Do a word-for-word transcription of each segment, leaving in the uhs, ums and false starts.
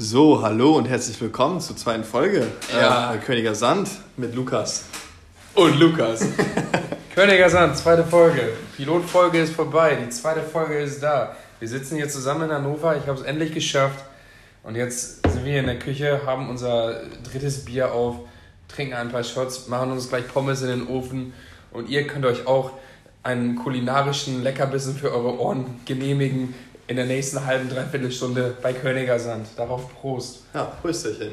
So, hallo und herzlich willkommen zur zweiten Folge ja. äh, Königer Sand mit Lukas. Und Lukas. Königer Sand, zweite Folge. Pilotfolge ist vorbei, die zweite Folge ist da. Wir sitzen hier zusammen in Hannover, ich habe es endlich geschafft. Und jetzt sind wir hier in der Küche, haben unser drittes Bier auf, trinken ein paar Shots, machen uns gleich Pommes in den Ofen. Und ihr könnt euch auch einen kulinarischen Leckerbissen für eure Ohren genehmigen in der nächsten halben, dreiviertel Stunde bei Königer Sand. Darauf Prost. Ja, Prösterchen.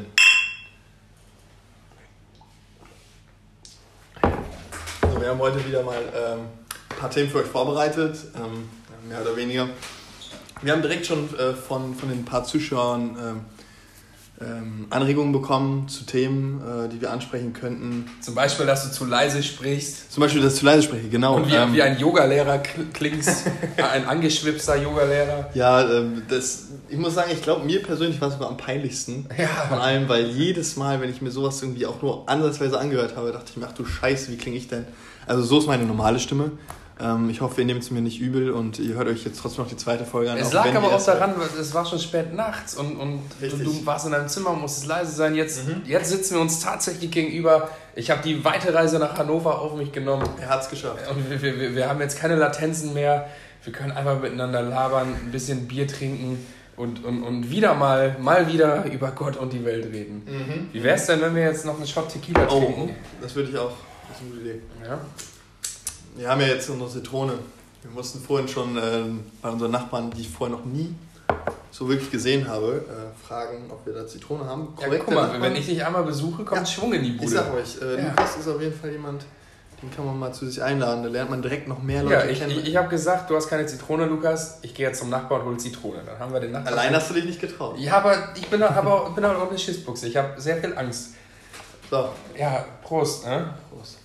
Also wir haben heute wieder mal ähm, ein paar Themen für euch vorbereitet, ähm, mehr oder weniger. Wir haben direkt schon äh, von, von den paar Zuschauern ähm, ähm, Anregungen bekommen zu Themen, äh, die wir ansprechen könnten. Zum Beispiel, dass du zu leise sprichst. Zum Beispiel, dass ich zu leise spreche, genau. Und wie, ähm, wie ein Yogalehrer klingst, ein angeschwipster Yogalehrer. Ja, ähm, das, ich muss sagen, ich glaube, mir persönlich war es sogar am peinlichsten ja. von allem, weil jedes Mal, wenn ich mir sowas irgendwie auch nur ansatzweise angehört habe, dachte ich mir, ach du Scheiße, wie klinge ich denn? Also so ist meine normale Stimme. Ähm, ich hoffe, ihr nehmt es mir nicht übel und ihr hört euch jetzt trotzdem noch die zweite Folge an. Es lag aber auch daran, es war schon spät nachts und, und, und du warst in deinem Zimmer und musstest leise sein. Jetzt, mhm. jetzt sitzen wir uns tatsächlich gegenüber. Ich habe die weite Reise nach Hannover auf mich genommen. Er hat es geschafft. Und wir, wir, wir haben jetzt keine Latenzen mehr. Wir können einfach miteinander labern, ein bisschen Bier trinken und, und, und wieder mal, mal wieder über Gott und die Welt reden. Mhm. Wie wäre es denn, wenn wir jetzt noch einen Shot Tequila oh, trinken? Das würde ich auch. Das ist eine gute Idee. Ja. Wir haben ja jetzt unsere Zitrone. Wir mussten vorhin schon äh, bei unseren Nachbarn, die ich vorher noch nie so wirklich gesehen habe, äh, fragen, ob wir da Zitrone haben. Ja, guck mal, Nachbarn. Wenn ich dich einmal besuche, kommt ja. Schwung in die Bude. Ich sag euch, äh, ja. Lukas ist auf jeden Fall jemand, den kann man mal zu sich einladen. Da lernt man direkt noch mehr Leute ja, ich, kennen. Ich, ich habe gesagt, du hast keine Zitrone, Lukas. Ich gehe jetzt zum Nachbarn und hole Zitrone. Dann haben wir den Nachbarn. Allein hast du dich nicht getraut. Ja, aber ich bin aber bin auch eine Schissbuchse. Ich habe sehr viel Angst. So. Ja, Prost. Ne? Prost.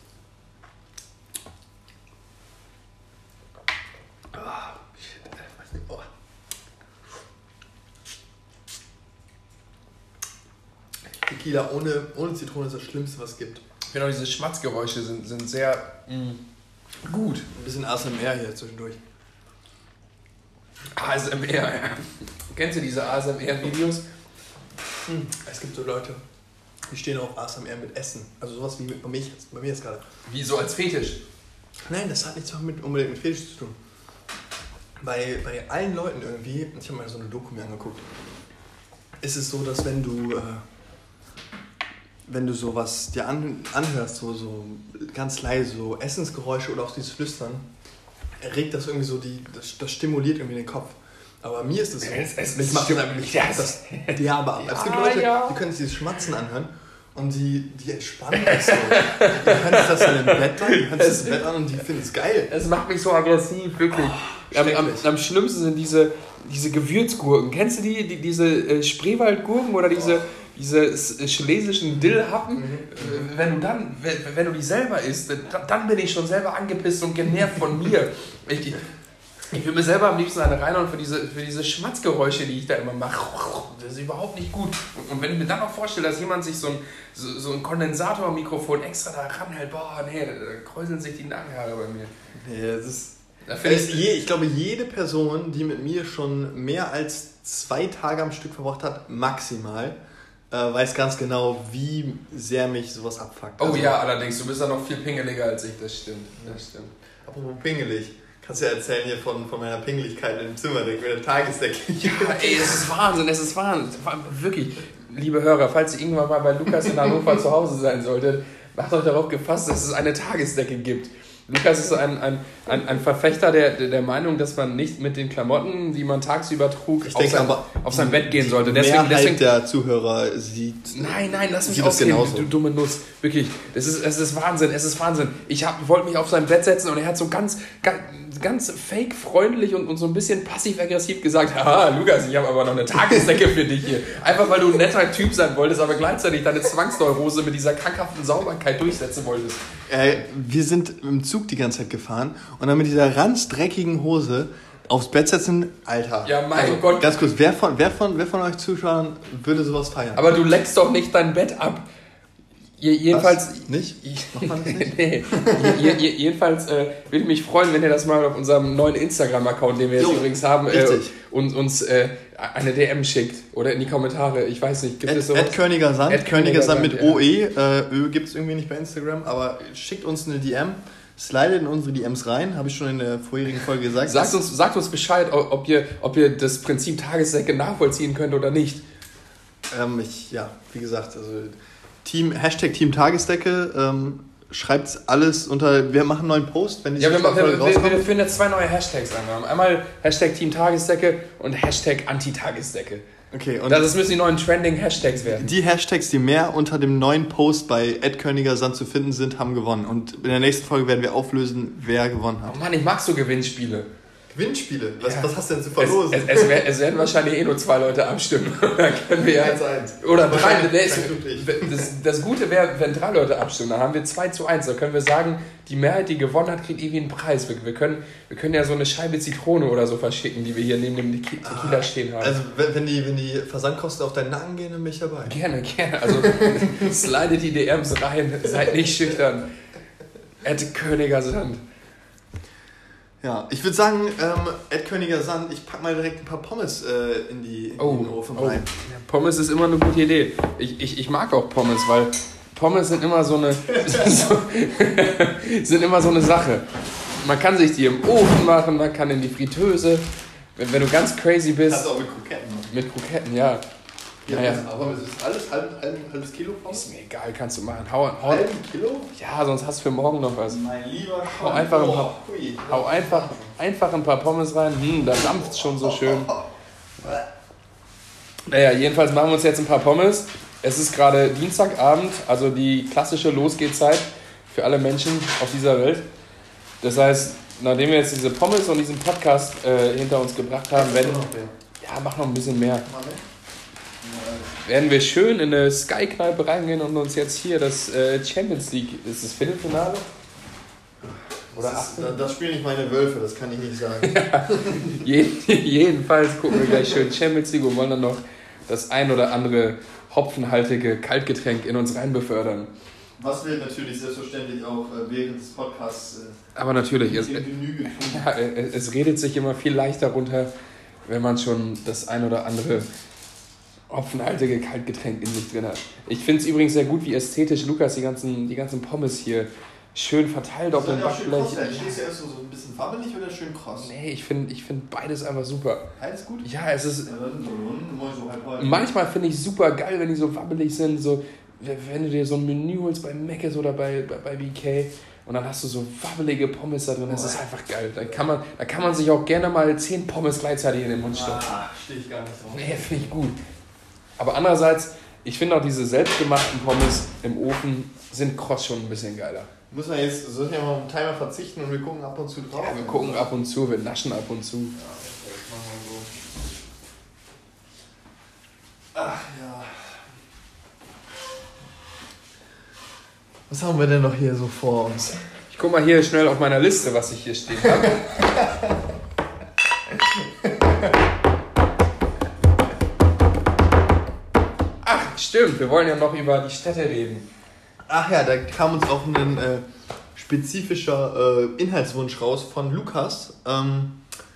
Tequila ohne, ohne Zitrone ist das Schlimmste, was es gibt. Genau, diese Schmatzgeräusche sind, sind sehr mh, gut. Ein bisschen A S M R hier zwischendurch. A S M R, ja. Kennst du diese A S M R-Videos? Hm. Es gibt so Leute, die stehen auf A S M R mit Essen. Also sowas wie bei mir, bei mir jetzt gerade. Wie so als Fetisch? Nein, das hat nichts mit, unbedingt mit Fetisch zu tun. Bei, bei allen Leuten irgendwie, ich habe mal so eine Doku mir angeguckt, ist es so, dass wenn du... Äh, wenn du sowas dir an, anhörst, so, so ganz leise, so Essensgeräusche oder auch dieses Flüstern, regt das irgendwie so, die, das, das stimuliert irgendwie den Kopf. Aber mir ist es so, es, es, ich mache das einfach nicht, das, ja, aber ja, es gibt Leute, ja. die können sich dieses Schmatzen anhören und die, die entspannen das so. Die hören sich das dann im Bett an, die hören sich das im Bett an und die finden es geil. Es macht mich so aggressiv, wirklich. Oh, am, am, am schlimmsten sind diese, diese Gewürzgurken. Kennst du die, die diese äh, Spreewaldgurken oder diese... Oh. Diese schlesischen Dillhappen, mhm. wenn du dann, wenn, wenn du die selber isst, dann bin ich schon selber angepisst und genervt von mir. Ich, ich will mir selber am liebsten eine reinhauen für diese, für diese Schmatzgeräusche, die ich da immer mache. Das ist überhaupt nicht gut. Und wenn ich mir dann noch vorstelle, dass jemand sich so ein, so, so ein Kondensatormikrofon extra da ranhält, boah, nee, da kräuseln sich die Nackenhaare bei mir. Nee, das ist... Ich, je, ich glaube, jede Person, die mit mir schon mehr als zwei Tage am Stück verbracht hat, maximal, Äh, weiß ganz genau, wie sehr mich sowas abfuckt. Oh also, ja, allerdings, du bist ja noch viel pingeliger als ich, das stimmt. Das stimmt. Apropos pingelig, kannst du ja erzählen hier von, von meiner Pingeligkeit im Zimmer, mit der Tagesdecke. Ja, ey, es ist Wahnsinn, es ist Wahnsinn. Wirklich, liebe Hörer, falls ihr irgendwann mal bei Lukas in Hannover zu Hause sein solltet, macht euch darauf gefasst, dass es eine Tagesdecke gibt. Lukas ist ein, ein, ein, ein Verfechter der, der Meinung, dass man nicht mit den Klamotten, die man tagsüber trug, auf, denke, sein, auf sein Bett gehen sollte. Deswegen, Mehrheit deswegen, der Zuhörer sieht... Nein, nein, lass mich ausreden, du dumme Nuss. Wirklich, das ist, es ist Wahnsinn, es ist Wahnsinn. Ich hab, wollte mich auf sein Bett setzen und er hat so ganz, ganz, ganz fake freundlich und, und so ein bisschen passiv-aggressiv gesagt, haha, Lukas, ich habe aber noch eine Tagesdecke für dich hier. Einfach, weil du ein netter Typ sein wolltest, aber gleichzeitig deine Zwangsneurose mit dieser krankhaften Sauberkeit durchsetzen wolltest. Äh, wir sind im Zug die ganze Zeit gefahren und dann mit dieser ranzdreckigen Hose aufs Bett setzen, Alter. Ja, mein also, Gott. Ganz kurz, wer von, wer, von, wer von euch Zuschauern würde sowas feiern? Aber du leckst doch nicht dein Bett ab. jedenfalls... Was? Nicht? Macht man das nicht? nee. je, je, jedenfalls äh, würde ich mich freuen, wenn ihr das mal auf unserem neuen Instagram-Account, den wir jetzt jo, übrigens haben, äh, und uns äh, eine D M schickt. Oder in die Kommentare. Ich weiß nicht, gibt Ad, es sowas? Ed Körniger Sand. Körniger Sand mit ja. O E. Äh, Ö gibt es irgendwie nicht bei Instagram, aber schickt uns eine D M. Slidet in unsere D Ms rein, habe ich schon in der vorherigen Folge gesagt. Sagt uns, sagt uns Bescheid, ob ihr, ob ihr das Prinzip Tagessäcke nachvollziehen könnt oder nicht. Ähm, ich, ja, wie gesagt, also Team, Hashtag Team Tagesdecke, ähm, schreibt alles unter, wir machen einen neuen Post, wenn die Ja, wir, wir, wir, wir führen jetzt zwei neue Hashtags an. Einmal Hashtag Team Tagesdecke und Hashtag Anti-Tagesdecke. Okay, und das müssen die neuen Trending-Hashtags werden. Die Hashtags, die mehr unter dem neuen Post bei Ed Körniger Sand zu finden sind, haben gewonnen. Und in der nächsten Folge werden wir auflösen, wer gewonnen hat. Oh Mann, ich mag so Gewinnspiele. Gewinnspiele? Was, ja. was hast du denn zu verlosen? Es, es, es, wär, es werden wahrscheinlich eh nur zwei Leute abstimmen. Dann können wir ja eins, eins. Oder drei. Das, das Gute wäre, wenn drei Leute abstimmen. Dann haben wir zwei zu eins. Da können wir sagen, die Mehrheit, die gewonnen hat, kriegt irgendwie einen Preis. Wir, wir, können, wir können ja so eine Scheibe Zitrone oder so verschicken, die wir hier neben dem Tequila ah, stehen haben. Also wenn die, wenn die Versandkosten auf deinen Nacken gehen, dann bin ich dabei. Gerne, gerne. Also slidet die D Ms rein. Seid nicht schüchtern. Ed Körniger Sand. Ja, ich würde sagen, ähm, Ed Körniger Sand, ich pack mal direkt ein paar Pommes äh, in, die, in oh, den Ofen oh. rein. Ja, Pommes ist immer eine gute Idee. Ich, ich, ich mag auch Pommes, weil Pommes sind immer so eine so, sind immer so eine Sache. Man kann sich die im Ofen machen, man kann in die Fritteuse. Wenn, wenn du ganz crazy bist. Kannst du auch mit Kroketten machen. Mit Kroketten, ja. Ja, ja, ja. Aber es ist alles halb, halb, halbes Kilo Pommes? Ist mir egal, kannst du machen. Hau, hau, halben Kilo? Ja, sonst hast du für morgen noch was. Mein lieber Hau einfach, ein paar, hau einfach, einfach ein paar Pommes rein. Hm, da dampft schon so schön. Naja, jedenfalls machen wir uns jetzt ein paar Pommes. Es ist gerade Dienstagabend, also die klassische Losgehzeit für alle Menschen auf dieser Welt. Das heißt, nachdem wir jetzt diese Pommes und diesen Podcast äh, hinter uns gebracht haben, werden... Ja, mach noch ein bisschen mehr. Werden wir schön in eine Sky-Kneipe reingehen und uns jetzt hier das äh, Champions League, ist das Viertelfinale? Oder das, ist, das spielen nicht meine Wölfe, das kann ich nicht sagen. Ja, jedenfalls gucken wir gleich schön Champions League und wollen dann noch das ein oder andere hopfenhaltige Kaltgetränk in uns rein befördern. Was wir natürlich selbstverständlich auch während des Podcasts äh, Aber natürlich, es, Genüge tun. Ja, es redet sich immer viel leichter runter, wenn man schon das ein oder andere hopfenhaltige Kaltgetränk in sich drin hat. Ich finde es übrigens sehr gut, wie ästhetisch Lukas die ganzen, die ganzen Pommes hier schön verteilt auf dem Backblech. Stehst du erst so ein bisschen wabbelig oder schön kross? Nee, ich finde ich find beides einfach super. Alles gut? Ja, es ist... Manchmal finde ich super geil, wenn die so wabbelig sind. So, wenn du dir so ein Menü holst bei Mc's oder bei, bei, bei B K und dann hast du so wabbelige Pommes da drin, das ist einfach geil. Da kann man, da kann man sich auch gerne mal zehn Pommes gleichzeitig in den Mund stopfen. Ah, stehe ich gar nicht so. Nee, finde ich gut. Aber andererseits, ich finde auch diese selbstgemachten Pommes im Ofen sind kross schon ein bisschen geiler. Muss man jetzt, sollen wir mal auf den Timer verzichten und wir gucken ab und zu drauf? Ja, wir gucken ab und zu, wir naschen ab und zu. Ja, das machen wir so. Ach ja. Was haben wir denn noch hier so vor uns? Ich guck mal hier schnell auf meiner Liste, was ich hier stehen habe. Ach, stimmt, wir wollen ja noch über die Städte reden. Ach ja, da kam uns auch ein äh, spezifischer äh, Inhaltswunsch raus von Lukas. Ähm,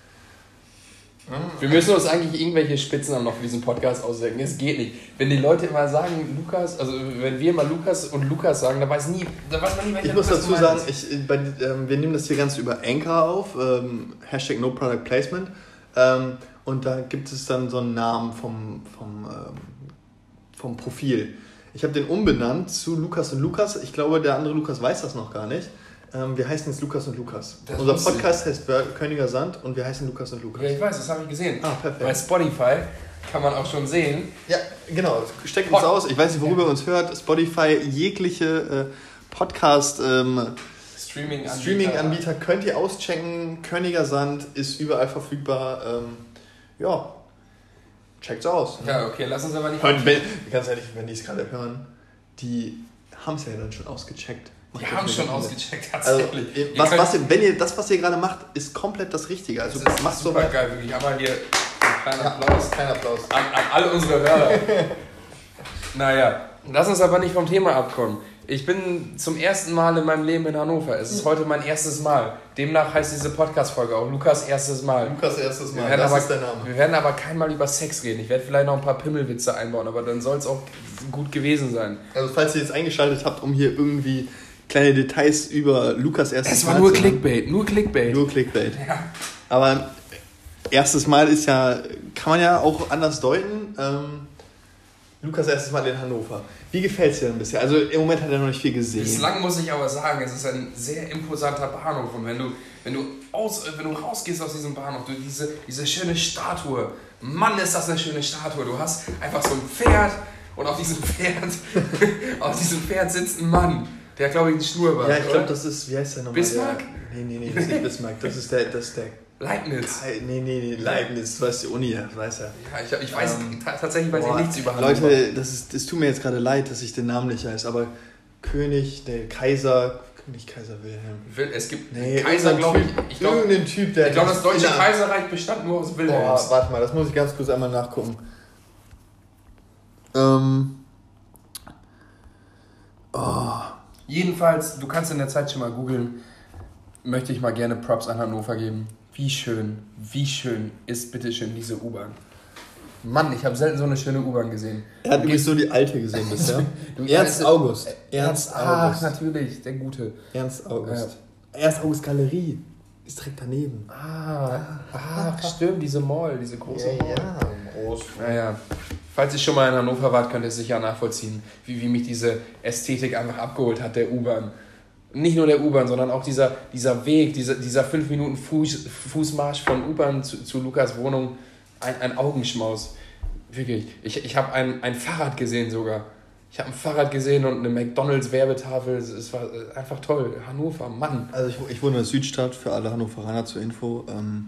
Wir müssen uns eigentlich irgendwelche Spitznamen noch für diesen Podcast ausdenken. Es geht nicht. Wenn die Leute immer sagen, Lukas, also wenn wir mal Lukas und Lukas sagen, dann weiß, nie, dann weiß man nie, welcher Ich muss dazu sagen, ich, bei, ähm, wir nehmen das hier ganz über Anchor auf, ähm, Hashtag No Product Placement. Ähm, und da gibt es dann so einen Namen vom, vom, ähm, vom Profil. Ich habe den umbenannt zu Lukas und Lukas. Ich glaube, der andere Lukas weiß das noch gar nicht. Ähm, wir heißen jetzt Lukas und Lukas. Das Unser Podcast heißt Körniger Sand und wir heißen Lukas und Lukas. Ja, ich weiß, das habe ich gesehen. Ah, perfekt. Bei Spotify kann man auch schon sehen. Ja, genau. Steckt uns aus. Ich weiß nicht, worüber ihr uns hört. Spotify, jegliche äh, Podcast ähm, Streaming-Anbieter. Streaming-Anbieter könnt ihr auschecken. Körniger Sand ist überall verfügbar. Ähm, ja, checkt's aus. Ja, okay, lass uns aber nicht... Wenn, wenn, ganz ehrlich, wenn die es gerade hören, die haben es ja dann schon ausgecheckt. Die haben schon ausgecheckt, tatsächlich. Also, was, was ihr, wenn ihr, das, was ihr gerade macht, ist komplett das Richtige. Also das ist macht super so geil, wirklich. Aber hier einen kleinen Applaus. Kleiner Applaus. An, an alle unsere Hörer. Naja, lass uns aber nicht vom Thema abkommen. Ich bin zum ersten Mal in meinem Leben in Hannover. Es ist heute mein erstes Mal. Demnach heißt diese Podcast-Folge auch Lukas erstes Mal. Lukas erstes Mal, das aber, ist der Name. Wir werden aber kein Mal über Sex reden. Ich werde vielleicht noch ein paar Pimmelwitze einbauen, aber dann soll es auch gut gewesen sein. Also falls ihr jetzt eingeschaltet habt, um hier irgendwie kleine Details über Lukas erstes Mal... Es war nur Clickbait, nur Clickbait. Nur Clickbait. Ja. Aber erstes Mal ist ja, kann man ja auch anders deuten. Ähm, Lukas erstes Mal in Hannover. Wie gefällt es dir denn bisher? Also im Moment hat er noch nicht viel gesehen. Bislang muss ich aber sagen, es ist ein sehr imposanter Bahnhof. Und wenn du, wenn du, aus, wenn du rausgehst aus diesem Bahnhof, du diese, diese schöne Statue, Mann, ist das eine schöne Statue. Du hast einfach so ein Pferd und auf diesem Pferd, auf diesem Pferd sitzt ein Mann. Der hat, glaube ich, einen Schnurrbart. Ja, ich glaube, das ist, wie heißt der nochmal? Bismarck? Der, nee, nee, nee, das ist nicht Bismarck. Das ist der, das ist der Leibniz. Nee, nee, nee, Leibniz, du weißt die Uni, das weiß er. Ja, ich, ich weiß, ähm, tatsächlich weiß boah, ich nichts über Hannover. Leute, das, ist, das tut mir jetzt gerade leid, dass ich den Namen nicht weiß, aber König, der Kaiser, König Kaiser Wilhelm. Es gibt nee, Kaiser, glaube ich. ich glaub, irgendein Typ, der... Ich glaube, das Deutsche Kaiserreich bestand nur aus Wilhelms. Boah, warte mal, das muss ich ganz kurz einmal nachgucken. Ähm... Oh. Jedenfalls, du kannst in der Zeit schon mal googeln, möchte ich mal gerne Props an Hannover geben. Wie schön, wie schön ist bitteschön diese U-Bahn. Mann, ich habe selten so eine schöne U-Bahn gesehen. Er hat übrigens nur die alte gesehen bisher. Ernst August. Ernst August. Ach, natürlich, der Gute. Ernst August. Ja. Ernst August Galerie. Ist direkt daneben. Ah, ach, stimmt, diese Mall, diese große ja, Mall. Ja, groß. Naja, falls ihr schon mal in Hannover wart, könnt ihr es sicher nachvollziehen, wie, wie mich diese Ästhetik einfach abgeholt hat, der U-Bahn. Nicht nur der U-Bahn, sondern auch dieser, dieser Weg, dieser, dieser fünf Minuten Fuß, Fußmarsch von U-Bahn zu, zu Lukas Wohnung, ein, ein Augenschmaus. Wirklich. Ich, ich habe ein, ein Fahrrad gesehen sogar. Ich habe ein Fahrrad gesehen und eine McDonalds-Werbetafel. Es war einfach toll. Hannover, Mann. Also ich, ich wohne in der Südstadt, für alle Hannoveraner zur Info. Ähm,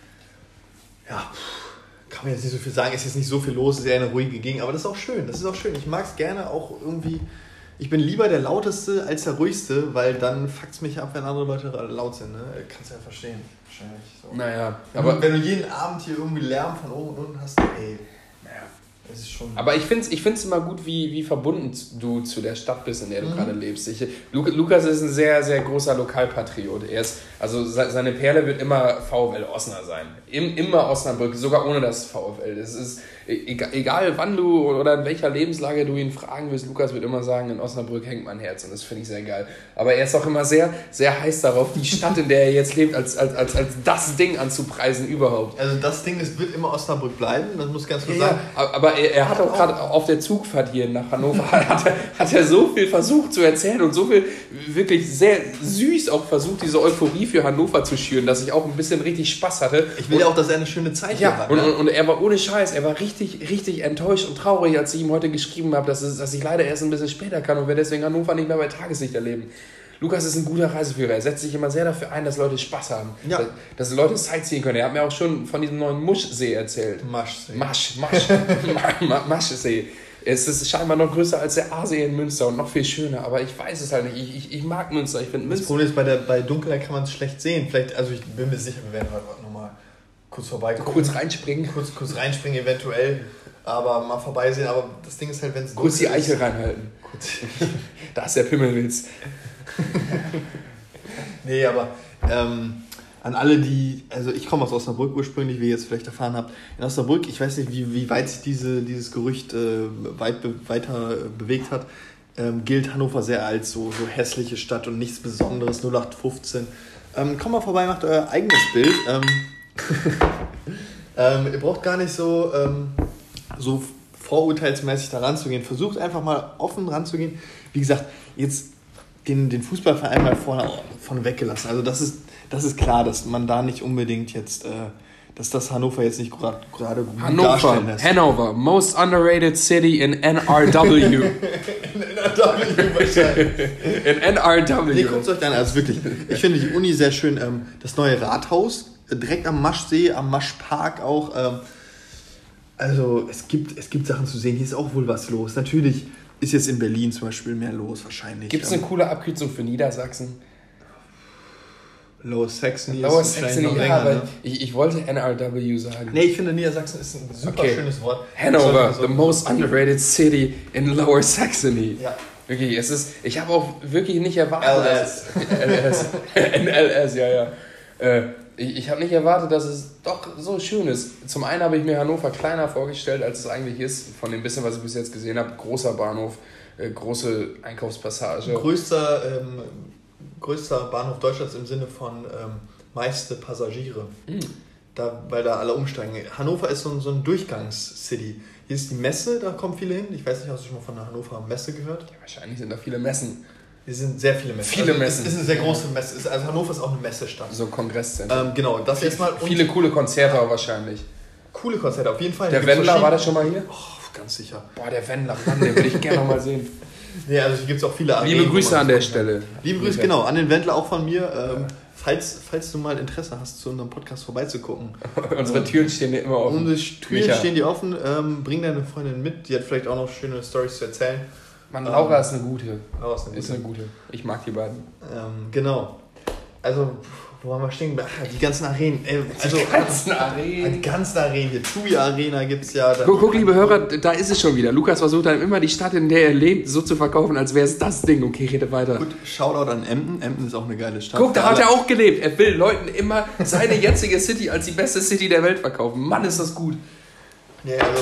ja, kann man jetzt nicht so viel sagen. Es ist jetzt nicht so viel los, es ist eher eine ruhige Gegend. Aber das ist auch schön. Das ist auch schön. Ich mag es gerne auch irgendwie... Ich bin lieber der Lauteste als der Ruhigste, weil dann fuckt es mich ab, wenn andere Leute laut sind. Ne? Kannst du ja verstehen. Wahrscheinlich so. Naja, wenn aber... Du, wenn du jeden Abend hier irgendwie Lärm von oben und unten hast, ey... Das ist schon aber ich finde es ich find's immer gut, wie, wie verbunden du zu der Stadt bist, in der du mhm. gerade lebst. Ich, Lukas ist ein sehr, sehr großer Lokalpatriot. Er ist, also seine Perle wird immer VfL Osnabrück sein. Im, immer Osnabrück, sogar ohne das VfL. Es ist egal, egal wann du oder in welcher Lebenslage du ihn fragen wirst, Lukas wird immer sagen, in Osnabrück hängt mein Herz. Und das finde ich sehr geil. Aber er ist auch immer sehr, sehr heiß darauf, die Stadt, in der er jetzt lebt, als, als, als, als das Ding anzupreisen überhaupt. Also das Ding, es wird immer Osnabrück bleiben, das muss ganz klar ja, sagen. Aber er, er hat auch gerade auf der Zugfahrt hier nach Hannover, hat er, hat er so viel versucht zu erzählen und so viel wirklich sehr süß auch versucht, diese Euphorie für Hannover zu schüren, dass ich auch ein bisschen richtig Spaß hatte. Ich will ja auch, dass er eine schöne Zeit ja, hier hat. Und, ne? und, und er war ohne Scheiß, er war richtig, richtig enttäuscht und traurig, als ich ihm heute geschrieben habe, dass, es, dass ich leider erst ein bisschen später kann und wir deswegen Hannover nicht mehr bei Tageslicht erleben. Lukas ist ein guter Reiseführer. Er setzt sich immer sehr dafür ein, dass Leute Spaß haben. Ja. Dass, dass Leute Sightseeing können. Er hat mir auch schon von diesem neuen Muschsee erzählt. Maschsee. Masch, Masch. Maschsee. Es ist scheinbar noch größer als der Aasee in Münster und noch viel schöner. Aber ich weiß es halt nicht. Ich, ich, ich mag Münster. Ich finde Münster. Das Problem ist, bei, der, bei Dunkelheit kann man es schlecht sehen. Vielleicht, also ich bin mir sicher, wir werden heute nochmal kurz vorbeikommen. Kurz reinspringen. Kurz, kurz reinspringen eventuell. Aber mal vorbeisehen. Aber das Ding ist halt, wenn es kurz die Eichel ist, reinhalten. Kurz. Da ist der Pimmelwitz. Nee, aber ähm, an alle, die, also ich komme aus Osnabrück ursprünglich, wie ihr jetzt vielleicht erfahren habt, in Osnabrück, ich weiß nicht, wie, wie weit sich diese, dieses Gerücht äh, weit be- weiter äh, bewegt hat, ähm, gilt Hannover sehr als so, so hässliche Stadt und nichts Besonderes, null acht fünfzehn. Ähm, kommt mal vorbei, macht euer eigenes Bild. Ähm, ähm, ihr braucht gar nicht so, ähm, so vorurteilsmäßig da ranzugehen. Versucht einfach mal offen ranzugehen. Wie gesagt, jetzt den, den Fußballverein mal vorne, vorne weggelassen. Also das ist, das ist klar, dass man da nicht unbedingt jetzt, äh, dass das Hannover jetzt nicht gerade gut darstellen lässt. Hannover, most underrated city in N R W. in N R W wahrscheinlich. In N R W. Nee, guckt euch an, also wirklich. Ich finde die Uni sehr schön. Ähm, das neue Rathaus, direkt am Maschsee, am Maschpark auch. Ähm, also es gibt, es gibt Sachen zu sehen. Hier ist auch wohl was los. Natürlich ist jetzt in Berlin zum Beispiel mehr los wahrscheinlich. Gibt es eine coole Abkürzung für Niedersachsen? Lower Saxony Lower ist Saxony, noch ja, länger, aber ne? ich, ich wollte N R W sagen. Nee, ich finde Niedersachsen ist ein super okay. schönes Wort. Hanover, the most underrated city in Lower Saxony. Ja, Wirklich, es ist, ich habe auch wirklich nicht erwartet, L S. dass L S, N L S, ja, ja. Äh, ich ich habe nicht erwartet, dass es doch so schön ist. Zum einen habe ich mir Hannover kleiner vorgestellt, als es eigentlich ist, von dem bisschen, was ich bis jetzt gesehen habe. Großer Bahnhof, äh, große Einkaufspassage. Größter, ähm, größter Bahnhof Deutschlands im Sinne von ähm, meiste Passagiere. Mhm. Da, weil da alle umsteigen. Hannover ist so ein, so ein Durchgangs-City. Hier ist die Messe, da kommen viele hin. Ich weiß nicht, hast du schon mal von der Hannover Messe gehört? Ja, wahrscheinlich sind da viele Messen. Hier sind sehr viele Messen. Viele also Messen. Es ist eine sehr große Messe. Also Hannover ist auch eine Messestadt. So Kongresszentrum. Ähm, genau, das jetzt mal. Viele coole Konzerte auch wahrscheinlich. Coole Konzerte, auf jeden Fall. Der Wendler, war der schon mal hier? Oh, ganz sicher. Boah, der Wendler, Mann, den würde ich gerne noch mal sehen. Nee, also hier gibt es auch viele Arenen. Liebe Grüße an der Stelle. Liebe Grüße, genau, an den Wendler auch von mir. Ähm, falls, falls du mal Interesse hast, zu unserem Podcast vorbeizugucken. Unsere Türen stehen ja immer offen. Unsere Türen Micha. stehen die offen. Ähm, bring deine Freundin mit, die hat vielleicht auch noch schöne Storys zu erzählen. Mann, Laura ähm, ist eine gute. Laura ist eine gute. Ist eine gute. Ich mag die beiden. Ähm, genau. Also, wo haben wir stehen? Ach, die ganzen Arenen. Äh, also, die ganzen Arenen. Die ganzen Arenen. Die TUI Arena gibt es ja. Guck, guck, liebe Hörer, da ist es schon wieder. Lukas versucht dann immer die Stadt, in der er lebt, so zu verkaufen, als wäre es das Ding. Okay, rede weiter. Gut, Shoutout an Emden. Emden ist auch eine geile Stadt. Guck, da hat er auch gelebt. Er will Leuten immer seine jetzige City als die beste City der Welt verkaufen. Mann, ist das gut. Ja, also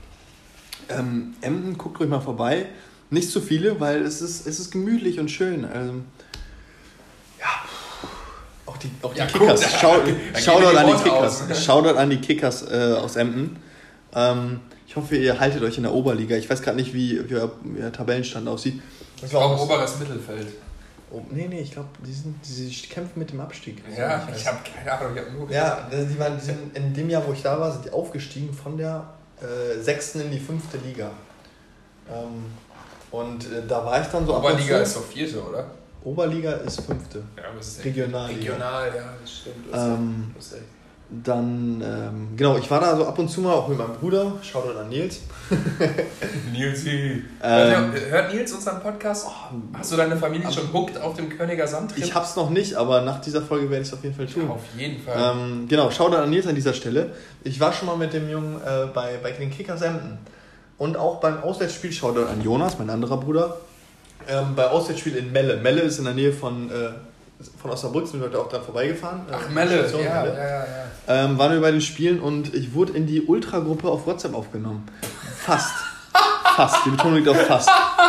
ähm, Emden, guckt ruhig mal vorbei. Nicht zu viele, weil es ist, es ist gemütlich und schön. Ähm, ja, auch die, auch die ja, Kickers. Guck, Schau, Shoutout an die Kickers. Aus. Shoutout an die Kickers äh, aus Emden. Ähm, ich hoffe, ihr haltet euch in der Oberliga. Ich weiß gerade nicht, wie, wie, euer, wie euer Tabellenstand aussieht. Ich glaube, oberes Mittelfeld. Oh, nee, nee, ich glaube, die, die, die kämpfen mit dem Abstieg. Ja, ich, ich habe keine Ahnung. Ich hab nur ja, die, waren, die sind in dem Jahr, wo ich da war, sind die aufgestiegen von der äh, sechsten in die fünfte Liga. Ähm, Und äh, da war ich dann so... Oberliga ist doch vierte, oder? Oberliga ist fünfte. Ja, was ist Regional. Regional, ja, das stimmt. Das ähm, ist dann, ähm, genau, ich war da so ab und zu mal auch mit meinem Bruder. Shoutout an Nils. Nilsi. Ähm, hört Nils unseren Podcast? Oh, hast du deine Familie schon hooked auf dem Königer Sandtrip? Ich hab's noch nicht, aber nach dieser Folge werde ich es auf jeden Fall tun. Ja, auf jeden Fall. Ähm, genau, Shoutout an Nils an dieser Stelle. Ich war schon mal mit dem Jungen äh, bei, bei den Kickers Emden. Und auch beim Auswärtsspiel, Shoutout an Jonas, mein anderer Bruder, ähm, bei Auswärtsspiel in Melle. Melle ist in der Nähe von, äh, von Osnabrück, sind wir heute auch dran vorbeigefahren. Ach, Melle, Station, ja, Melle. ja, ja, ja. Ähm, waren wir bei den Spielen und ich wurde in die Ultra-Gruppe auf WhatsApp aufgenommen. Fast. Fast, die Betonung liegt auf fast.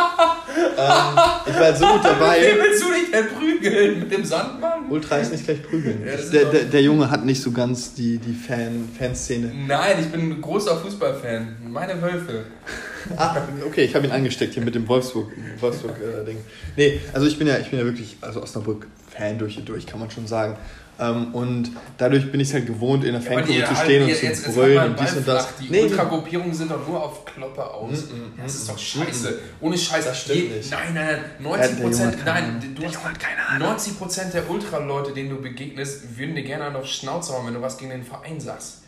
ähm, ich war halt so gut dabei. Wie willst du dich denn prügeln? Mit dem Sandmann? Ultra ist nicht gleich prügeln. Ja, der, der, der Junge hat nicht so ganz die, die Fan, Fanszene. Nein, ich bin ein großer Fußballfan. Meine Wölfe. Ah, okay, ich habe ihn angesteckt hier mit dem Wolfsburg, Wolfsburg-Ding. Äh, nee, also ich bin ja, ich bin ja wirklich also Osnabrück-Fan durch und durch, kann man schon sagen. Ähm, und dadurch bin ich es halt gewohnt, in der ja, Fangruppe zu stehen halt, und zu jetzt, brüllen jetzt und dies und das. Die nee, Ultragruppierungen sind doch nur auf Kloppe aus. Mm, mm, das ist doch scheiße. Mm, Ohne Scheiß. Das stimmt Je, nicht. Nein, nein, nein. neunzig Prozent, ja, nein, du hast keine Ahnung. neunzig Prozent der Ultraleute, denen du begegnest, würden dir gerne einen auf Schnauze hauen, wenn du was gegen den Verein sagst.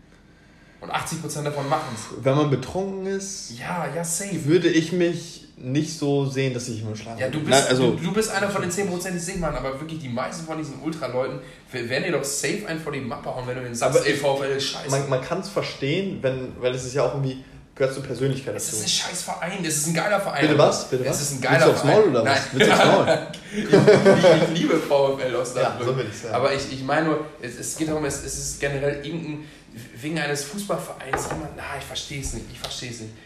Und achtzig Prozent davon machen es. Wenn man betrunken ist, ja, ja, safe. Würde ich mich nicht so sehen, dass ich immer schlafe. Ja, du bist, Nein, also, du, du bist einer von den zehn Prozent, die es nicht machen, aber wirklich die meisten von diesen Ultraleuten werden dir doch safe einen vor die Mappe hauen, wenn du den sagst, ey, VfL ist scheiße. Man, man kann es verstehen, wenn, weil es ist ja auch irgendwie, gehört zur Persönlichkeit dazu. Es ist ein scheiß Verein, es ist ein geiler Verein. Bitte was? Bitte was? Es ist ein geiler Willst du aufs Maul oder was? Willst du aufs Maul? ich, ich, ich liebe VfL Osnabrück. Ja, so will ich's, ja. Aber ich, ich meine nur, es, es geht darum, es, es ist generell irgendein, wegen eines Fußballvereins, jemand, na, ich verstehe es nicht, ich verstehe es nicht.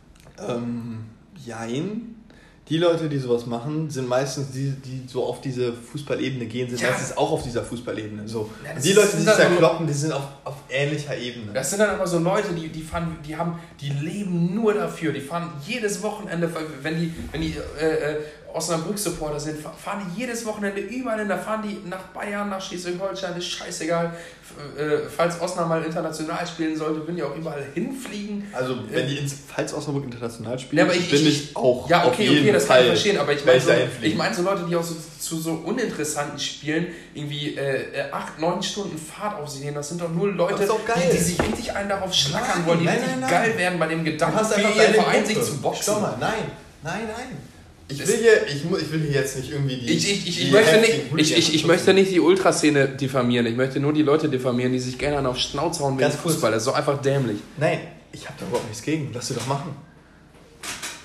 Ähm, jein. Die Leute, die sowas machen, sind meistens die, die so auf diese Fußballebene gehen, sind ja. meistens auch auf dieser Fußballebene. So. Ja, die Leute, die sich da kloppen, die sind auf, auf ähnlicher Ebene. Das sind dann aber so Leute, die, die fahren, die haben, die leben nur dafür. Die fahren jedes Wochenende, wenn die, wenn die äh, Osnabrück-Supporter sind, fahren die jedes Wochenende überall hin. Da fahren die nach Bayern, nach Schleswig-Holstein, ist scheißegal. Äh, falls Osnabrück mal international spielen sollte, würden die auch überall hinfliegen. Also, wenn die ins, falls Osnabrück international spielen, ja, ich, bin ich, ich auch. Ja, okay, auf jeden okay, das Fall kann ich verstehen, aber ich meine so, ich mein so Leute, die auch so, zu so uninteressanten Spielen irgendwie äh, acht, neun Stunden Fahrt auf sich nehmen, das sind doch nur Leute, die, die sich richtig einen darauf schlackern nein, wollen, die nein, richtig nein, nein. geil werden bei dem Gedanken, für ihren Verein sich zu boxen. Schau mal, nein, nein, nein. Ich will, hier, ich, ich will hier jetzt nicht irgendwie die... Ich, ich, ich, ich, möchte, nicht, ich, ich, ich möchte nicht die Ultraszene diffamieren. Ich möchte nur die Leute diffamieren, die sich gerne auf Schnauze hauen wegen Fußball. Das ist so einfach dämlich. Nein, ich habe da überhaupt nichts gegen. Lass sie doch machen.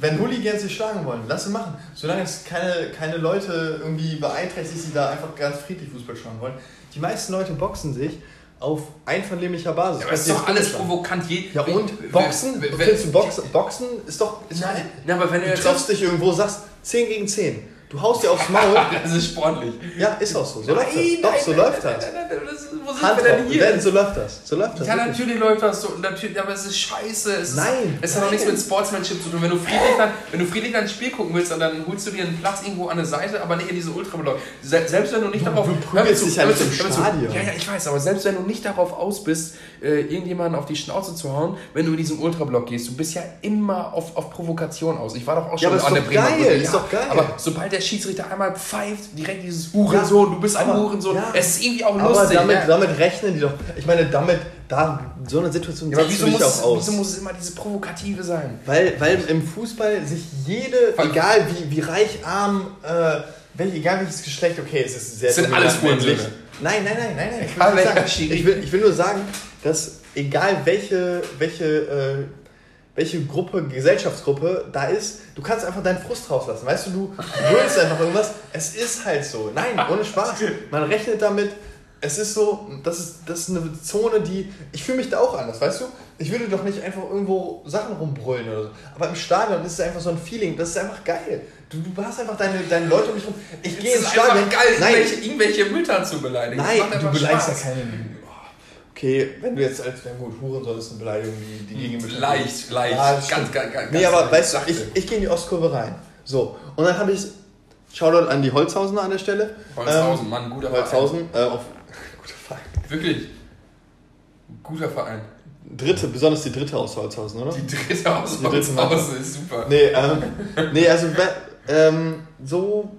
wenn Hooligans sich schlagen wollen, lass sie machen. Solange es keine, keine Leute irgendwie beeinträchtigt, die da einfach ganz friedlich Fußball schauen wollen. Die meisten Leute boxen sich auf einvernehmlicher Basis. Ja, aber ist doch alles provokant. Je, ja und? Boxen? Findest du Boxen? Boxen ist doch... Nein, nein, aber wenn du, du triffst dich irgendwo, sagst zehn gegen zehn. Du haust dir aufs Maul. Das ist sportlich. Ja, ist auch so. So nein, läuft das. Nein, Doch, so nein, läuft nein, das. Nein, nein, nein, das ist, wo sind wir denn hier? Denn, so läuft das. So läuft das. Ja, wirklich. natürlich läuft das so. Natürlich, aber es ist scheiße. Es nein. Ist, es hat auch nichts mit Sportsmanship zu tun. Wenn du friedlich dann, wenn du friedlich ein Spiel gucken willst, dann holst du dir einen Platz irgendwo an der Seite, aber nicht in diese Ultrablock. Selbst wenn du nicht du, darauf... Du prügelst dich ja nicht im Stadion. Ja, ja, ich weiß, aber selbst wenn du nicht darauf aus bist, irgendjemanden auf die Schnauze zu hauen, wenn du in diesen Ultrablock gehst, du bist ja immer auf, auf Provokation aus. Ich war doch auch schon ja, an der Bremer Brücke. Ist doch geil. Aber sobald der Schiedsrichter einmal pfeift, direkt dieses Hurensohn, ja, du bist ein aber, Hurensohn. Ja. Es ist irgendwie auch lustig. Aber damit, ja. damit rechnen die doch. Ich meine, damit, da, so eine Situation ja, aber wieso muss, auch aus. Wieso muss es immer diese Provokative sein? Weil, weil im Fußball sich jede, Fall. egal wie, wie reich, arm, äh, welch, egal welches Geschlecht, okay, es ist sehr... Es sind alles Hurensöhne. Nein, nein, nein, nein, nein. Ich will, sagen, ich, will, ich will nur sagen, dass egal welche, welche, äh, welche Gruppe, Gesellschaftsgruppe da ist, du kannst einfach deinen Frust rauslassen. Weißt du, du willst einfach irgendwas. Es ist halt so. Nein, ohne Spaß. Man rechnet damit. Es ist so, das ist, das ist eine Zone, die... Ich fühle mich da auch anders, weißt du? Ich würde doch nicht einfach irgendwo Sachen rumbrüllen oder so. Aber im Stadion ist es einfach so ein Feeling, das ist einfach geil. Du, du hast einfach deine, deine Leute um dich rum. Ich gehe ins Stadion... Es ist einfach geil, nein, irgendwelche, irgendwelche Mütter zu beleidigen. Nein, du beleidigst ja keine... Okay, wenn du jetzt als ja gut, Hurensohn ist eine Beleidigung, die, die gegen mich... Leicht, leicht. Ja, ganz, ganz, ganz, ganz nee, aber weißt du, ich, ich gehe in die Ostkurve rein. So, und dann habe ich... Shoutout an die Holzhausener an der Stelle. Holzhausen, ähm, Mann, guter Holzhausen, Verein. Äh, auf, guter Verein. Wirklich? Guter Verein. Dritte, besonders die dritte aus Holzhausen, oder? Die dritte aus die Holzhausen dritte ist super. Nee, ähm, nee also ähm, so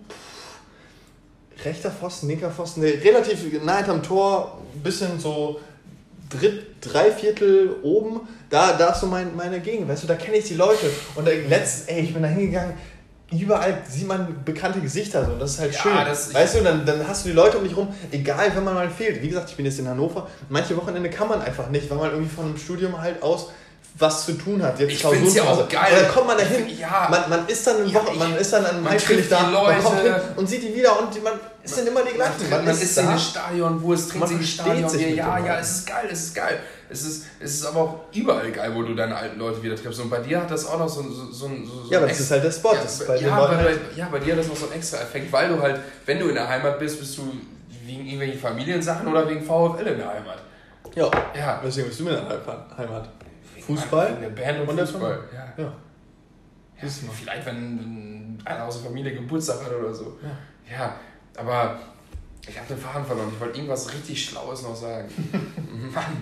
pff, rechter Pfosten, linker Pfosten, nee, relativ nah hinterm Tor, bisschen so dritt, drei Viertel oben, da, da ist so mein, meine Gegend, weißt du, da kenne ich die Leute. Und letztens, ey, ich bin da hingegangen, überall sieht man bekannte Gesichter so, das ist halt ja, schön. Das, weißt du, dann, dann hast du die Leute um dich rum, egal wenn man mal fehlt. Wie gesagt, ich bin jetzt in Hannover, manche Wochenende kann man einfach nicht, weil man irgendwie von einem Studium halt aus was zu tun hat. Jetzt ich finde es ja auch geil. Und dann kommt man dahin, find, ja. man, man ist dann eine ja, Woche, man ist dann an einem Heimspiel da, man kommt hin und sieht die wieder und die, man ist dann immer die gleichen. Man, man ist, ist in das Stadion, wo es trinkt sich Stadion. Sich ja, ja, es ist geil, es ist geil. Es ist, es ist aber auch überall geil, wo du deine alten Leute wieder triffst. Und bei dir hat das auch noch so, so, so, so ja, aber das ist halt der Spot. Ja, das bei, ja, bei, halt ja, bei dir hat das noch so einen extra Effekt, weil du halt, wenn du in der Heimat bist, bist du wegen irgendwelchen Familiensachen oder wegen VfL in der Heimat. Ja, ja. Deswegen bist du in der Heimat. Fußball? In der Band und, und Fußball. Ja. Ja. Ja, vielleicht, wenn einer aus der Familie Geburtstag hat oder so. Ja, ja, aber ich habe den Faden verloren. Ich wollte irgendwas richtig Schlaues noch sagen. Mann.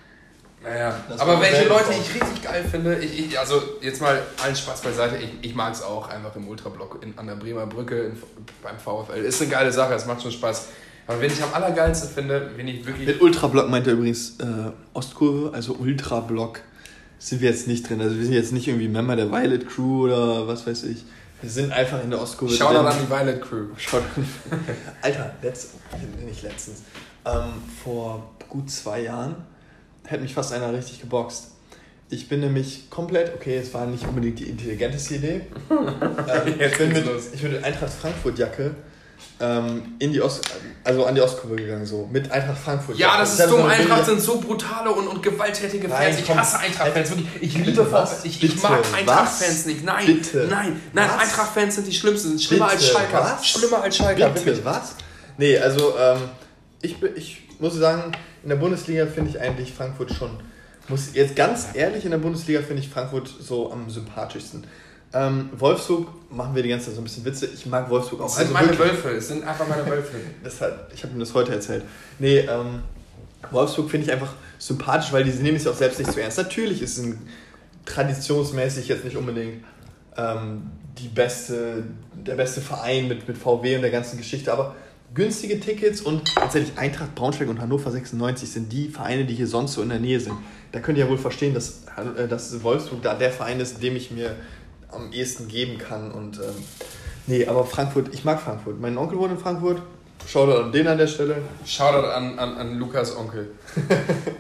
Naja, das aber welche Leute ich richtig geil finde, ich, ich, also jetzt mal allen Spaß beiseite, ich, ich mag es auch einfach im Ultrablock in, an der Bremer Brücke in, beim VfL. Ist eine geile Sache, es macht schon Spaß. Aber wenn ich am allergeilsten finde, wenn ich wirklich... Mit Ultrablock meint er übrigens äh, Ostkurve, also Ultrablock sind wir jetzt nicht drin. Also wir sind jetzt nicht irgendwie Member der Violet Crew oder was weiß ich. Wir sind einfach in der Ostkurve drin. Shoutout an die Violet Crew. Alter, letzt, nicht letztens, ähm, vor gut zwei Jahren hätte mich fast einer richtig geboxt. Ich bin nämlich komplett, okay, es war nicht unbedingt die intelligenteste Idee. ähm, ich, bin mit, ich bin mit Eintracht Frankfurt Jacke ähm, in die Ost, also an die Ostkurve gegangen, so mit Eintracht Frankfurt. Ja, das ist dumm. Eintracht sind so brutale und, und gewalttätige Fans. Nein, ich komm, hasse Eintracht-Fans wirklich. Ich liebe VfL. Ich, ich mag Eintracht-Fans nicht. Nein, bitte? nein, nein. Eintracht-Fans sind die schlimmsten. Sind schlimmer bitte? als Schalker. Was? Schlimmer als Schalker. Bitte? Wirklich. Was? Nee, also ähm, ich, ich muss sagen, in der Bundesliga finde ich eigentlich Frankfurt schon, muss jetzt ganz ehrlich, in der Bundesliga finde ich Frankfurt so am sympathischsten. Ähm, Wolfsburg machen wir die ganze Zeit so ein bisschen Witze. Ich mag Wolfsburg auch. Es sind also meine Wölfe, es sind einfach meine Wölfe. Das hat, ich habe ihm das heute erzählt. Nee, ähm, Wolfsburg finde ich einfach sympathisch, weil die nehmen es ja auch selbst nicht so ernst. Natürlich ist es ein, traditionsmäßig jetzt nicht unbedingt ähm, die beste, der beste Verein mit, mit V W und der ganzen Geschichte, aber günstige Tickets und tatsächlich Eintracht Braunschweig und Hannover sechsundneunzig sind die Vereine, die hier sonst so in der Nähe sind. Da könnt ihr ja wohl verstehen, dass, dass Wolfsburg da der Verein ist, dem ich mir am ehesten geben kann. Und ähm, nee, aber Frankfurt, ich mag Frankfurt. Mein Onkel wohnt in Frankfurt. Shoutout an den an der Stelle. Shoutout an, an, an Lukas Onkel.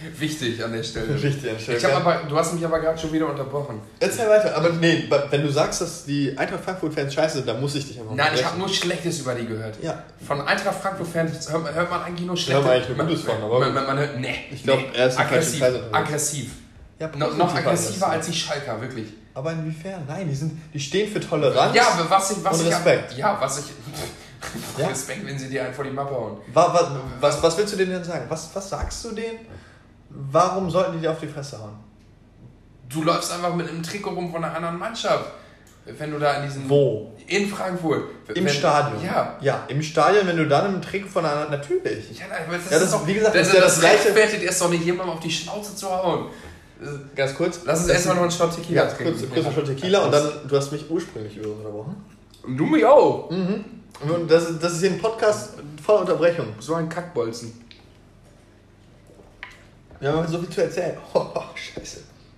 Wichtig an der Stelle. Wichtig an der Stelle. Ich hab aber, du hast mich aber gerade schon wieder unterbrochen. Erzähl weiter, aber nee, wenn du sagst, dass die Eintracht Frankfurt-Fans scheiße sind, dann muss ich dich einfach Nein, ich habe nur Schlechtes über die gehört. Ja. Von Eintracht Frankfurt-Fans hört, hört man eigentlich nur Schlechtes. Hört man eigentlich nur Gutes von, aber man, man, man hört, nee. Ich glaube, nee. er ist aggressiv. Aggressiv. Ja, no, noch aggressiver als die Schalker, wirklich. Aber inwiefern? Nein, die, sind, die stehen für Toleranz ja, was ich, was und ich, Respekt. Ja, was ich... Ja? Respekt, wenn sie dir einen vor die Mappe hauen. Was, was, was, was willst du denen denn sagen? Was, was sagst du denen? Warum sollten die dir auf die Fresse hauen? Du läufst einfach mit einem Trikot rum von einer anderen Mannschaft. Wenn du da in diesem... Wo? In Frankfurt. Im wenn, Stadion? Ja. Ja, im Stadion, wenn du dann im Trikot von einer... Natürlich. Ja, aber das, ja, das ist doch... Wie gesagt, das, das ist ja das, das Gleiche... rechtfertigt erst doch nicht, jemandem auf die Schnauze zu hauen. Ganz kurz. Lass uns erstmal noch einen Shot Tequila ja, trinken. Kurz, kurz einen Shot Tequila und dann... Du hast mich ursprünglich übrigens unterbrochen. Und du mich auch. Mhm. Und das, das ist hier ein Podcast voller Unterbrechung. So ein Kackbolzen. Wir haben so viel zu erzählen. Oh, oh scheiße.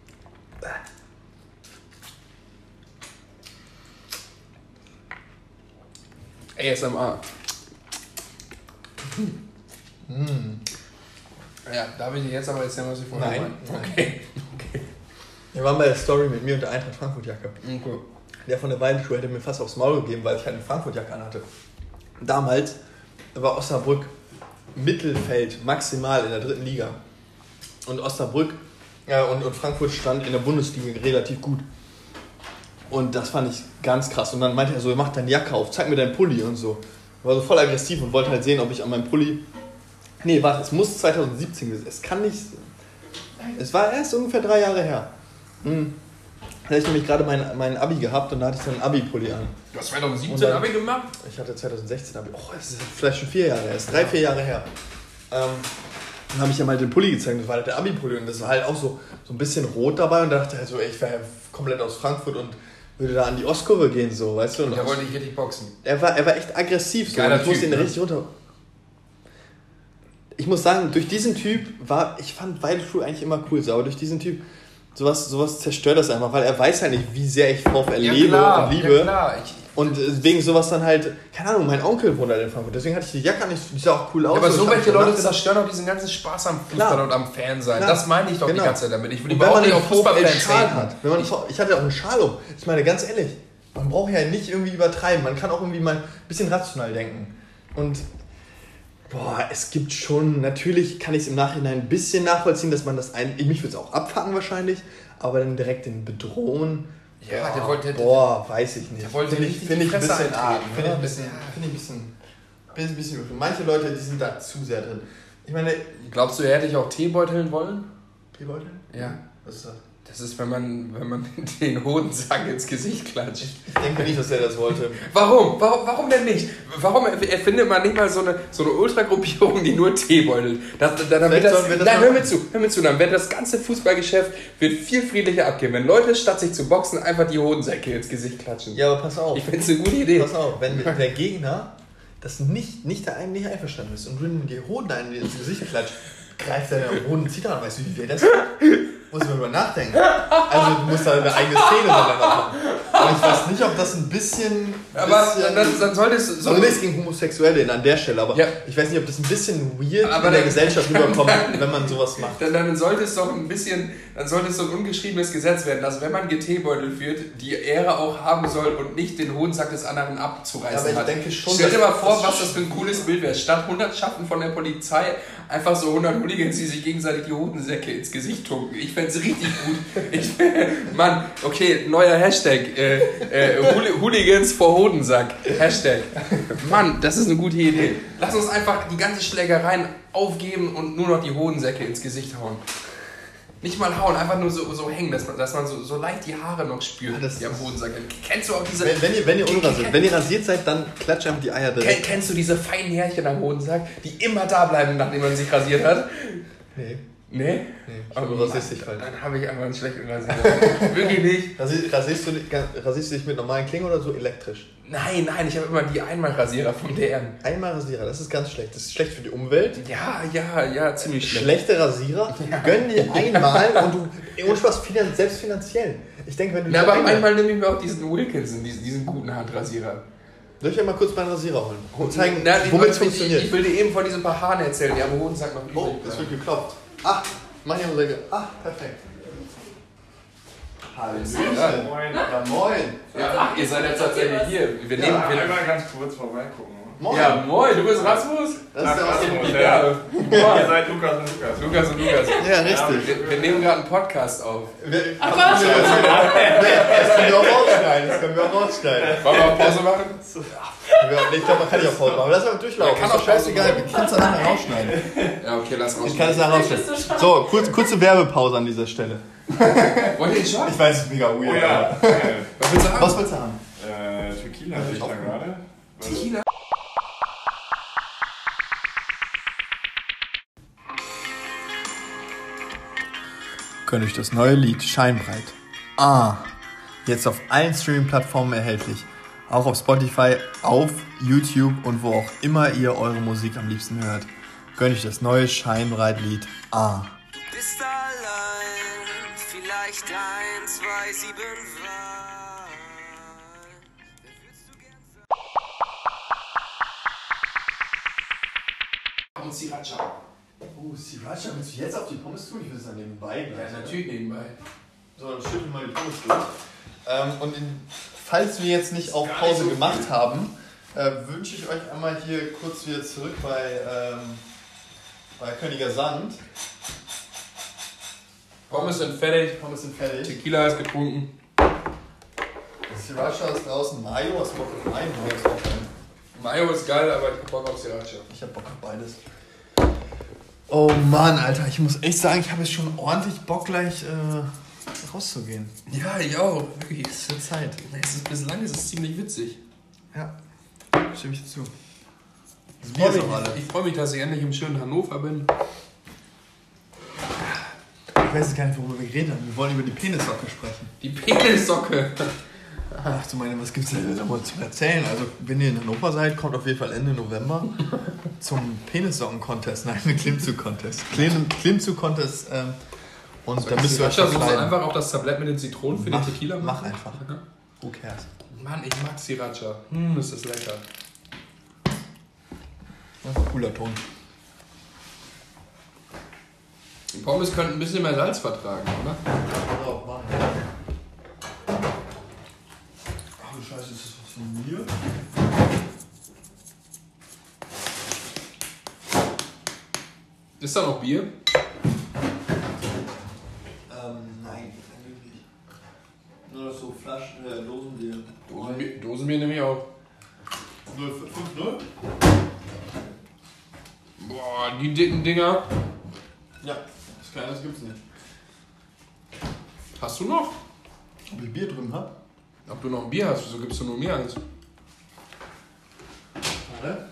A S M R. Mm. Ja, darf ich dir jetzt aber erzählen, was ich vorher Nein. meine? Okay. okay. Wir waren bei der Story mit mir und der Eintracht Frankfurt-Jacke. Okay. Der von der Weidenschuhe hätte mir fast aufs Maul gegeben, weil ich halt eine Frankfurt-Jacke anhatte. Damals war Osnabrück Mittelfeld maximal in der dritten Liga. Und Osnabrück äh, und, und Frankfurt stand in der Bundesliga relativ gut. Und das fand ich ganz krass. Und dann meinte er so, mach deine Jacke auf, zeig mir deinen Pulli und so. War so voll aggressiv und wollte halt sehen, ob ich an meinem Pulli... Nee, warte, es muss zwanzig siebzehn gewesen. Es kann nicht... Es war erst ungefähr drei Jahre her. Hm. Da hatte ich nämlich gerade mein, mein Abi gehabt und da hatte ich dann einen Abi-Pulli an. Du hast zwanzig siebzehn dann, Abi gemacht? Ich hatte zwanzig sechzehn Abi. Oh, das ist vielleicht schon vier Jahre her. Das ist drei, vier Jahre her. Ähm, dann habe ich ja mal den Pulli gezeigt. Das war halt der Abi-Pulli und das war halt auch so, so ein bisschen rot dabei und dachte halt so, ey, ich wäre komplett aus Frankfurt und würde da an die Ostkurve gehen, so, weißt du? Und der wollte nicht richtig boxen. Er war, er war echt aggressiv, so. Geiler Und ich musste Typ, ihn ne? richtig runter... Ich muss sagen, durch diesen Typ war... Ich fand Weidelschuh eigentlich immer cool, so, aber durch diesen Typ... Sowas, sowas zerstört das einfach, weil er weiß ja nicht, wie sehr ich VfL Ja, lebe klar, und liebe. ja, klar. Ich, Und wegen sowas dann halt, keine Ahnung, mein Onkel wohnt halt in Frankfurt, deswegen hatte ich die Jacke nicht, die sah auch cool aus. ja, aber so ich welche Leute gedacht, zerstören auch diesen ganzen Spaß am Fußball Klar. und am Fan sein. Klar. Das meine ich doch Genau. die ganze Zeit damit. Ich will und wenn überhaupt man nicht einen auf Fußballfans Schal haten. hat, wenn man, ich hatte auch einen Schal um. Ich meine, ganz ehrlich, man braucht ja nicht irgendwie übertreiben, man kann auch irgendwie mal ein bisschen rational denken. Und boah, es gibt schon, natürlich kann ich es im Nachhinein ein bisschen nachvollziehen, dass man das ein, mich würde es auch abfangen wahrscheinlich, aber dann direkt den bedrohen. Ja, boah, der wollte... Boah, weiß ich nicht. Der wollte Finde ich, richtig find ich die ein Fresse bisschen arg. eintreten, Finde ich ne? ein bisschen, finde ich ein bisschen, bisschen, bisschen übertrieben. Manche Leute, die sind da zu sehr drin. Ich meine... Glaubst du, er hätte dich auch Teebeuteln wollen? Teebeuteln? Ja. Was ist das? Das ist, wenn man, wenn man den Hodensack ins Gesicht klatscht. Ich denke nicht, dass er das wollte. Warum? Warum, warum denn nicht? Warum erfindet man nicht mal so eine, so eine Ultragruppierung, die nur Tee beutelt? Das, dann, dann wird das, sollen wir das nein, mal- hör mir zu, hör mir zu. Dann wird das ganze Fußballgeschäft wird viel friedlicher abgehen, wenn Leute statt sich zu boxen einfach die Hodensäcke ins Gesicht klatschen. Ja, aber pass auf. Ich finde es eine gute Idee. Pass auf, wenn der Gegner das nicht, nicht, der einem nicht einverstanden ist und du ihm die Hoden einem ins Gesicht klatscht, greift er den Hoden, zieht daran, weißt du, wie weh das ist? Muss man drüber nachdenken. Also du musst da eine eigene Szene dann machen. Aber ich weiß nicht, ob das ein bisschen... Aber bisschen dann, dann solltest du... so nichts gegen Homosexuelle an der Stelle, aber Ja. ich weiß nicht, ob das ein bisschen weird Aber in der dann- Gesellschaft rüberkommt, wenn man sowas macht. Dann, dann sollte es doch ein bisschen, dann sollte es so ein ungeschriebenes Gesetz werden, dass wenn man geteebeutelt wird, die Ehre auch haben soll und nicht den Hodensack des anderen abzureißen Ja, aber ich hat. denke schon, Stell dir dass- mal vor, das- was das für ein cooles Bild wäre. Statt hundert Schatten von der Polizei einfach so hundert Hooligans, die sich gegenseitig die Hodensäcke ins Gesicht tunken. Ich fände es richtig gut. Ich, Mann, okay, neuer Hashtag. Äh, äh, Hooli- Hooligans vor Hodensack. Hashtag. Mann, das ist eine gute Idee. Lass uns einfach die ganze Schlägereien aufgeben und nur noch die Hodensäcke ins Gesicht hauen. Nicht mal hauen, einfach nur so, so hängen, dass man, dass man so, so leicht die Haare noch spürt, Ja, das die am ist- Hodensack hängen. Kennst du auch diese... Wenn, wenn ihr, wenn ihr Ken- unrasiert, ken- wenn ihr rasiert seid, dann klatscht einfach die Eier Ken, direkt. kennst du diese feinen Härchen am Hodensack, die immer da bleiben, nachdem man sich rasiert hat? Nee, Nee? nee, ich Oh, du rasierst dich halt. Dann habe ich einfach einen schlechten Rasierer. Wirklich nicht. Rasi- Rasierst du, dich- rasierst du dich mit normalen Klingen oder so elektrisch? Nein, nein, ich habe immer die Einmalrasierer vom D M. Einmal Rasierer, das ist ganz schlecht. Das ist schlecht für die Umwelt. Ja, ja, ja, ziemlich schlecht. Schlechte Rasierer, gönn dir einmal und du, ohne Spaß, finan- selbst finanziell. Ich denke, wenn du Na, dir aber einmal- einmal nehme ich mir auch diesen Wilkinson, diesen, diesen guten Handrasierer. Soll ich dir mal kurz meinen Rasierer holen und zeigen, Na, ich- womit es ich, funktioniert? Ich will dir eben von diesen paar Haaren erzählen, die am Hodensack noch übrig Oh, es bleiben. wird geklopft. Ah, Mach die Musik. Ah, perfekt. Hallöchen. Ja, moin. Ja, moin. Ja, ach, ihr seid jetzt tatsächlich hier. Wir nehmen, Ja, wir, einmal ganz kurz vorbeigucken. Moin. ja, moin, du bist Rasmus? Das ist der Ach, aus dem Rasmus, Video. ja. Ja. Ihr seid Lukas und Lukas. Lukas und Lukas. Ja, richtig. Wir, wir nehmen gerade einen Podcast auf. Wir- Ach was? Das können wir auch rausschneiden. Das können wir auch rausschneiden. Wollen wir auch Pause machen? Ich glaube, man kann nicht auf Pause machen. Lass mal durchlaufen. Ja, kann Ist doch auch Pause scheißegal. machen. Wir können es dann nachher rausschneiden. Ja, okay, lass raus. Ich kann es nachher rausschneiden. So, kurz, kurze Werbepause an dieser Stelle. Wollt ihr den Shot? Ich weiß, es ist mega Oh weird. ja. aber- Was willst du haben? Was willst du haben? Äh, Tequila sehe ich da gerade. Was- Tequila? Gönnt euch das neue Lied Scheinbreit. Ah, jetzt auf allen Streaming-Plattformen erhältlich. Auch auf Spotify, auf YouTube und wo auch immer ihr eure Musik am liebsten hört. Gönnt euch das neue Scheinbreit-Lied Ah. Du bist allein, vielleicht ein, zwei, sieben war. Wer würdest du gern sein? Und Sriracha. Oh, Sriracha, willst du jetzt auf die Pommes tun? Ich will es dann nebenbei. Ja, natürlich nebenbei. So, dann schütteln wir mal die Pommes durch. Ähm, und in, falls wir jetzt nicht auf Gar Pause nicht so gemacht viel. haben, äh, wünsche ich euch einmal hier kurz wieder zurück bei, ähm, bei Königer Sand. Pommes sind fertig. Pommes sind fertig. Tequila ist getrunken. Sriracha ist draußen. Mayo, was Bock auf Mayo? Mayo ist auch geil. Mayo ist geil, aber ich hab Bock auf Sriracha. Ich hab Bock auf beides. Oh Mann, Alter, ich muss echt sagen, ich habe jetzt schon ordentlich Bock, gleich äh, rauszugehen. Ja, ich auch. Wirklich. Es wird Zeit. Es ist, bislang ist es ziemlich witzig. Ja, stimme ich zu. Das Ich Bier freue ist auch mich, alle. ich freu mich, dass ich endlich im schönen Hannover bin. Ich weiß jetzt gar nicht, worüber wir geredet haben. Wir wollen über die Penissocke sprechen. Die Penissocke. Ach du meine, was gibt's denn da mal zu erzählen? Also, wenn ihr in Hannover seid, kommt auf jeden Fall Ende November zum Penissocken-Contest. Nein, ein Klimmzug-Contest. Klimm- Klimmzug-Contest. Ähm, und da müsst ihr euch Sriracha-Soße verkleiden. einfach auf das Tablett mit den Zitronen für Mach- den Tequila mach machen? einfach. Ja. Who cares? Mann, ich mag Sriracha. Hm, ist das lecker. Das ist ein cooler Ton. Die Pommes könnten ein bisschen mehr Salz vertragen, oder? So, mach ich. Ach du Scheiße, ist das was von mir? Ist da noch Bier? Ähm, nein, eigentlich nicht. Nur so Flaschen, äh, Dosenbier. Dosenbier, Dosenbier nehme ich auch. null fünf null? Boah, die dicken Dinger. Ja, das Kleines gibt's nicht. Hast du noch? Ob ich Bier drüben hab? Ob du noch ein Bier hast, wieso gibst du nur mir eins? Warte.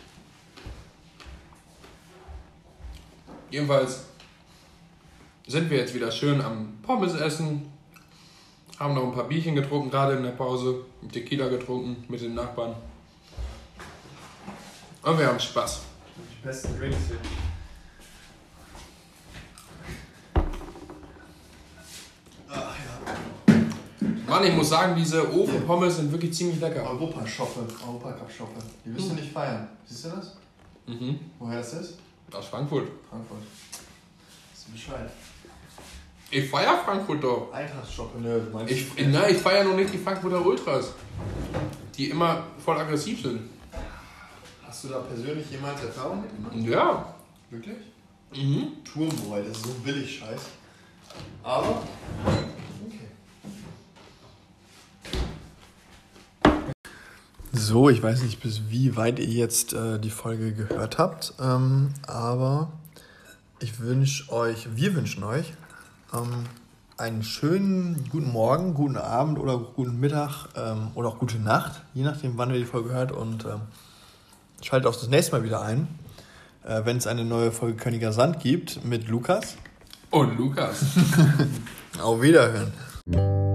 Jedenfalls sind wir jetzt wieder schön am Pommes essen. Haben noch ein paar Bierchen getrunken, gerade in der Pause. Tequila getrunken mit den Nachbarn. Und wir haben Spaß. Die besten Drinks hier. Ach ja. Mann, ich muss sagen, diese Ofenpommes sind wirklich ziemlich lecker. Europaschoppe, Europacup-Schoppe. Die wirst du nicht feiern. Siehst du das? Mhm. Woher das ist? Aus Frankfurt. Frankfurt. Ist du Bescheid. Ich feier Frankfurt doch. Eintrachtsschoppe, nö, du meinst. Ich, nein, ich feiere noch nicht die Frankfurter Ultras. Die immer voll aggressiv sind. Hast du da persönlich jemals Erfahrung mitgemacht? Ja. Wirklich? Mhm. Turmboy, das ist so billig Scheiß. Aber. Okay. So, ich weiß nicht, bis wie weit ihr jetzt äh, die Folge gehört habt, ähm, aber ich wünsche euch, wir wünschen euch ähm, einen schönen guten Morgen, guten Abend oder guten Mittag ähm, oder auch gute Nacht, je nachdem, wann ihr die Folge hört, und ähm, schaltet auch das nächste Mal wieder ein, äh, wenn es eine neue Folge Königer Sand gibt mit Lukas. Und Lukas. Auf Wiederhören.